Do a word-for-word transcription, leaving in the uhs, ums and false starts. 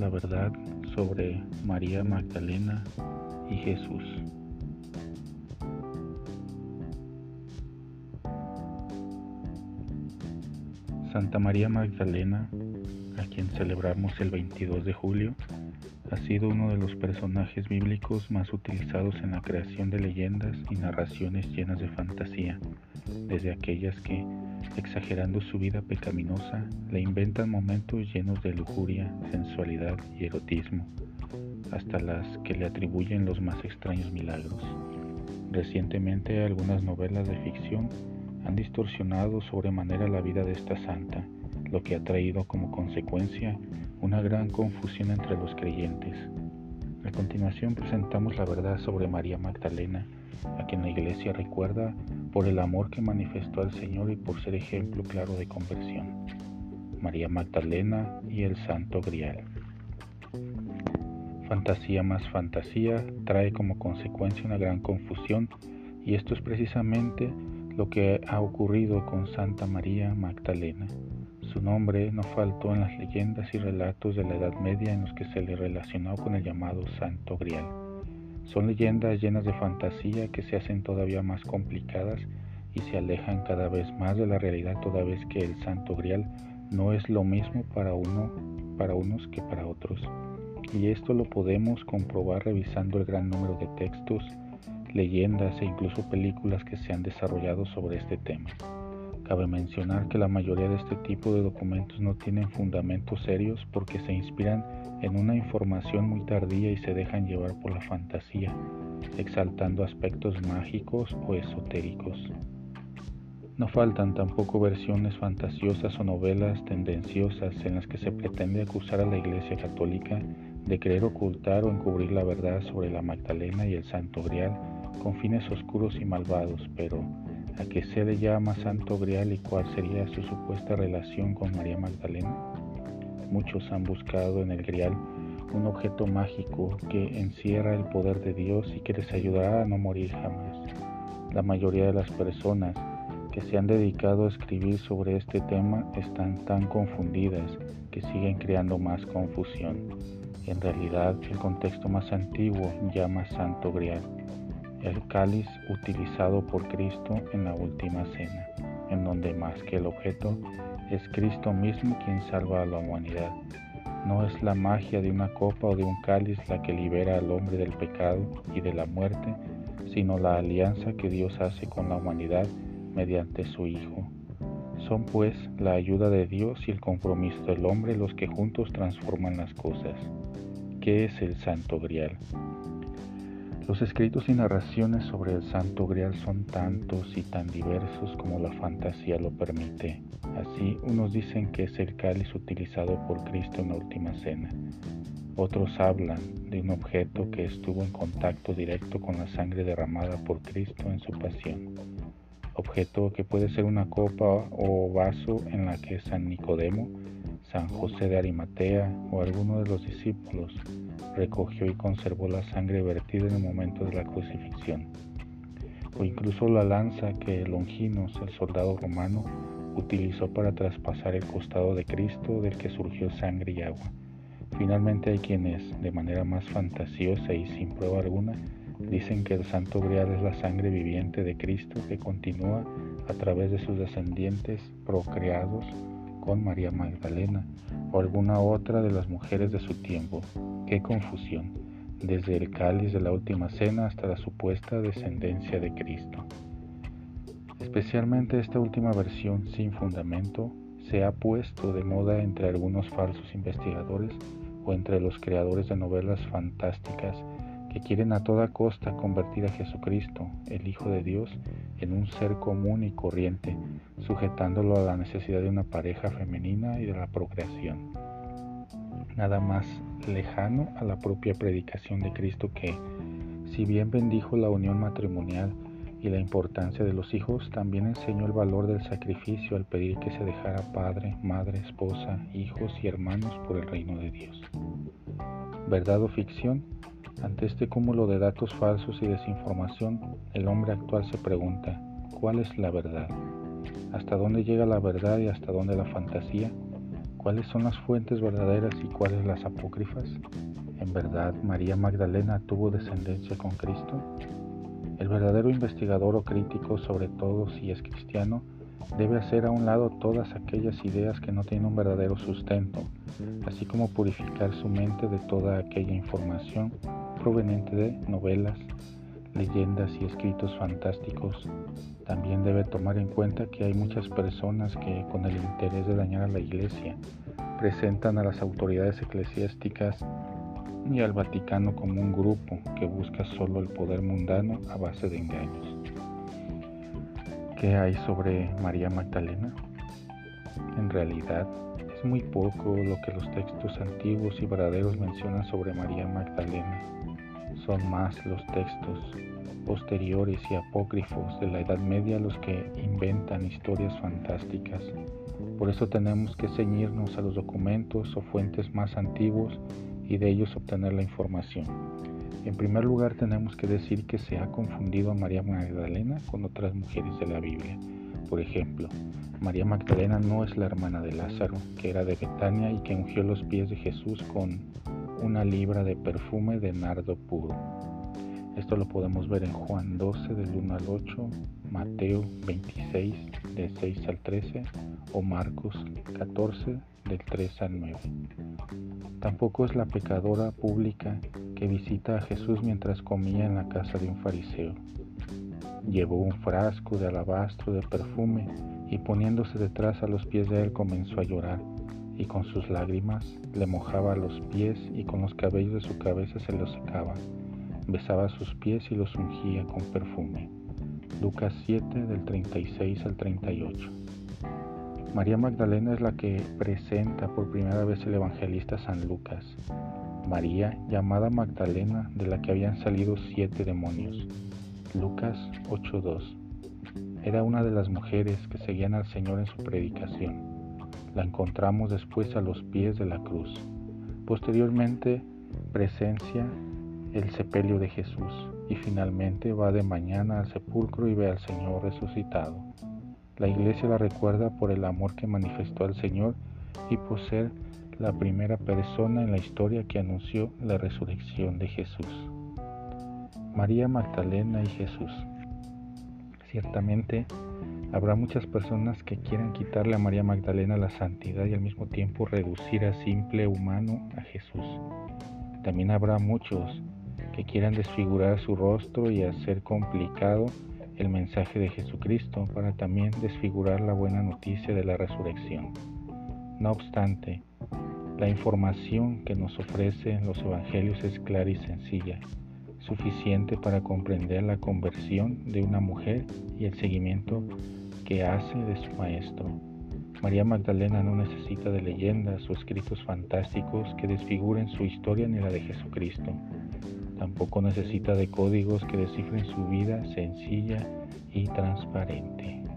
la verdad sobre María Magdalena y Jesús. Santa María Magdalena, a quien celebramos el veintidós de julio, ha sido uno de los personajes bíblicos más utilizados en la creación de leyendas y narraciones llenas de fantasía, desde aquellas que, exagerando su vida pecaminosa, le inventan momentos llenos de lujuria, sensualidad y erotismo, hasta las que le atribuyen los más extraños milagros. Recientemente, algunas novelas de ficción han distorsionado sobremanera la vida de esta santa, lo que ha traído como consecuencia una gran confusión entre los creyentes. A continuación presentamos la verdad sobre María Magdalena, a quien la Iglesia recuerda por el amor que manifestó al Señor y por ser ejemplo claro de conversión. María Magdalena y el Santo Grial. Fantasía más fantasía trae como consecuencia una gran confusión, y esto es precisamente lo que ha ocurrido con Santa María Magdalena. Su nombre no faltó en las leyendas y relatos de la Edad Media en los que se le relacionó con el llamado Santo Grial. Son leyendas llenas de fantasía que se hacen todavía más complicadas y se alejan cada vez más de la realidad, toda vez que el Santo Grial no es lo mismo para uno, para unos que para otros. Y esto lo podemos comprobar revisando el gran número de textos, leyendas e incluso películas que se han desarrollado sobre este tema. Cabe mencionar que la mayoría de este tipo de documentos no tienen fundamentos serios porque se inspiran en una información muy tardía y se dejan llevar por la fantasía, exaltando aspectos mágicos o esotéricos. No faltan tampoco versiones fantasiosas o novelas tendenciosas en las que se pretende acusar a la Iglesia Católica de querer ocultar o encubrir la verdad sobre la Magdalena y el Santo Grial con fines oscuros y malvados, pero ¿a qué se le llama Santo Grial y cuál sería su supuesta relación con María Magdalena? Muchos han buscado en el Grial un objeto mágico que encierra el poder de Dios y que les ayudará a no morir jamás. La mayoría de las personas que se han dedicado a escribir sobre este tema están tan confundidas que siguen creando más confusión. En realidad, el contexto más antiguo llama Santo Grial el cáliz utilizado por Cristo en la última cena, en donde más que el objeto, es Cristo mismo quien salva a la humanidad. No es la magia de una copa o de un cáliz la que libera al hombre del pecado y de la muerte, sino la alianza que Dios hace con la humanidad mediante su Hijo. Son pues la ayuda de Dios y el compromiso del hombre los que juntos transforman las cosas. ¿Qué es el Santo Grial? Los escritos y narraciones sobre el Santo Grial son tantos y tan diversos como la fantasía lo permite. Así, unos dicen que es el cáliz utilizado por Cristo en la última cena. Otros hablan de un objeto que estuvo en contacto directo con la sangre derramada por Cristo en su pasión. Objeto que puede ser una copa o vaso en la que San Nicodemo, San José de Arimatea o alguno de los discípulos recogió y conservó la sangre vertida en el momento de la crucifixión, o incluso la lanza que Longinos, el soldado romano, utilizó para traspasar el costado de Cristo del que surgió sangre y agua. Finalmente hay quienes, de manera más fantasiosa y sin prueba alguna, dicen que el Santo Grial es la sangre viviente de Cristo que continúa a través de sus descendientes procreados con María Magdalena o alguna otra de las mujeres de su tiempo. ¡Qué confusión! Desde el cáliz de la última cena hasta la supuesta descendencia de Cristo. Especialmente esta última versión sin fundamento se ha puesto de moda entre algunos falsos investigadores o entre los creadores de novelas fantásticas que quieren a toda costa convertir a Jesucristo, el Hijo de Dios, en un ser común y corriente, sujetándolo a la necesidad de una pareja femenina y de la procreación. Nada más lejano a la propia predicación de Cristo que, si bien bendijo la unión matrimonial y la importancia de los hijos, también enseñó el valor del sacrificio al pedir que se dejara padre, madre, esposa, hijos y hermanos por el reino de Dios. ¿Verdad o ficción? Ante este cúmulo de datos falsos y desinformación, el hombre actual se pregunta, ¿cuál es la verdad? ¿Hasta dónde llega la verdad y hasta dónde la fantasía? ¿Cuáles son las fuentes verdaderas y cuáles las apócrifas? ¿En verdad María Magdalena tuvo descendencia con Cristo? El verdadero investigador o crítico, sobre todo si es cristiano, debe hacer a un lado todas aquellas ideas que no tienen un verdadero sustento, así como purificar su mente de toda aquella información proveniente de novelas, leyendas y escritos fantásticos. También debe tomar en cuenta que hay muchas personas que, con el interés de dañar a la Iglesia, presentan a las autoridades eclesiásticas y al Vaticano como un grupo que busca solo el poder mundano a base de engaños. ¿Qué hay sobre María Magdalena? En realidad, es muy poco lo que los textos antiguos y verdaderos mencionan sobre María Magdalena. Son más los textos posteriores y apócrifos de la Edad Media los que inventan historias fantásticas. Por eso tenemos que ceñirnos a los documentos o fuentes más antiguos y de ellos obtener la información. En primer lugar, tenemos que decir que se ha confundido a María Magdalena con otras mujeres de la Biblia. Por ejemplo, María Magdalena no es la hermana de Lázaro, que era de Betania y que ungió los pies de Jesús con una libra de perfume de nardo puro. Esto lo podemos ver en Juan doce, del uno al ocho, Mateo veintiséis, del seis al trece, o Marcos catorce, del tres al nueve. Tampoco es la pecadora pública que visita a Jesús mientras comía en la casa de un fariseo. Llevó un frasco de alabastro de perfume y poniéndose detrás a los pies de él comenzó a llorar, y con sus lágrimas le mojaba los pies y con los cabellos de su cabeza se los secaba. Besaba sus pies y los ungía con perfume. Lucas siete, del treinta y seis al treinta y ocho. María Magdalena es la que presenta por primera vez el evangelista San Lucas. María, llamada Magdalena, de la que habían salido siete demonios. Lucas ocho dos. Era una de las mujeres que seguían al Señor en su predicación. La encontramos después a los pies de la cruz. Posteriormente presencia el sepelio de Jesús y finalmente va de mañana al sepulcro y ve al Señor resucitado. La Iglesia la recuerda por el amor que manifestó al Señor y por ser la primera persona en la historia que anunció la resurrección de Jesús. María Magdalena y Jesús. Ciertamente, habrá muchas personas que quieran quitarle a María Magdalena la santidad y al mismo tiempo reducir a simple humano a Jesús. También habrá muchos que quieran desfigurar su rostro y hacer complicado el mensaje de Jesucristo para también desfigurar la buena noticia de la resurrección. No obstante, la información que nos ofrecen los evangelios es clara y sencilla, suficiente para comprender la conversión de una mujer y el seguimiento que hace de su maestro. María Magdalena no necesita de leyendas o escritos fantásticos que desfiguren su historia ni la de Jesucristo. Tampoco necesita de códigos que descifren su vida sencilla y transparente.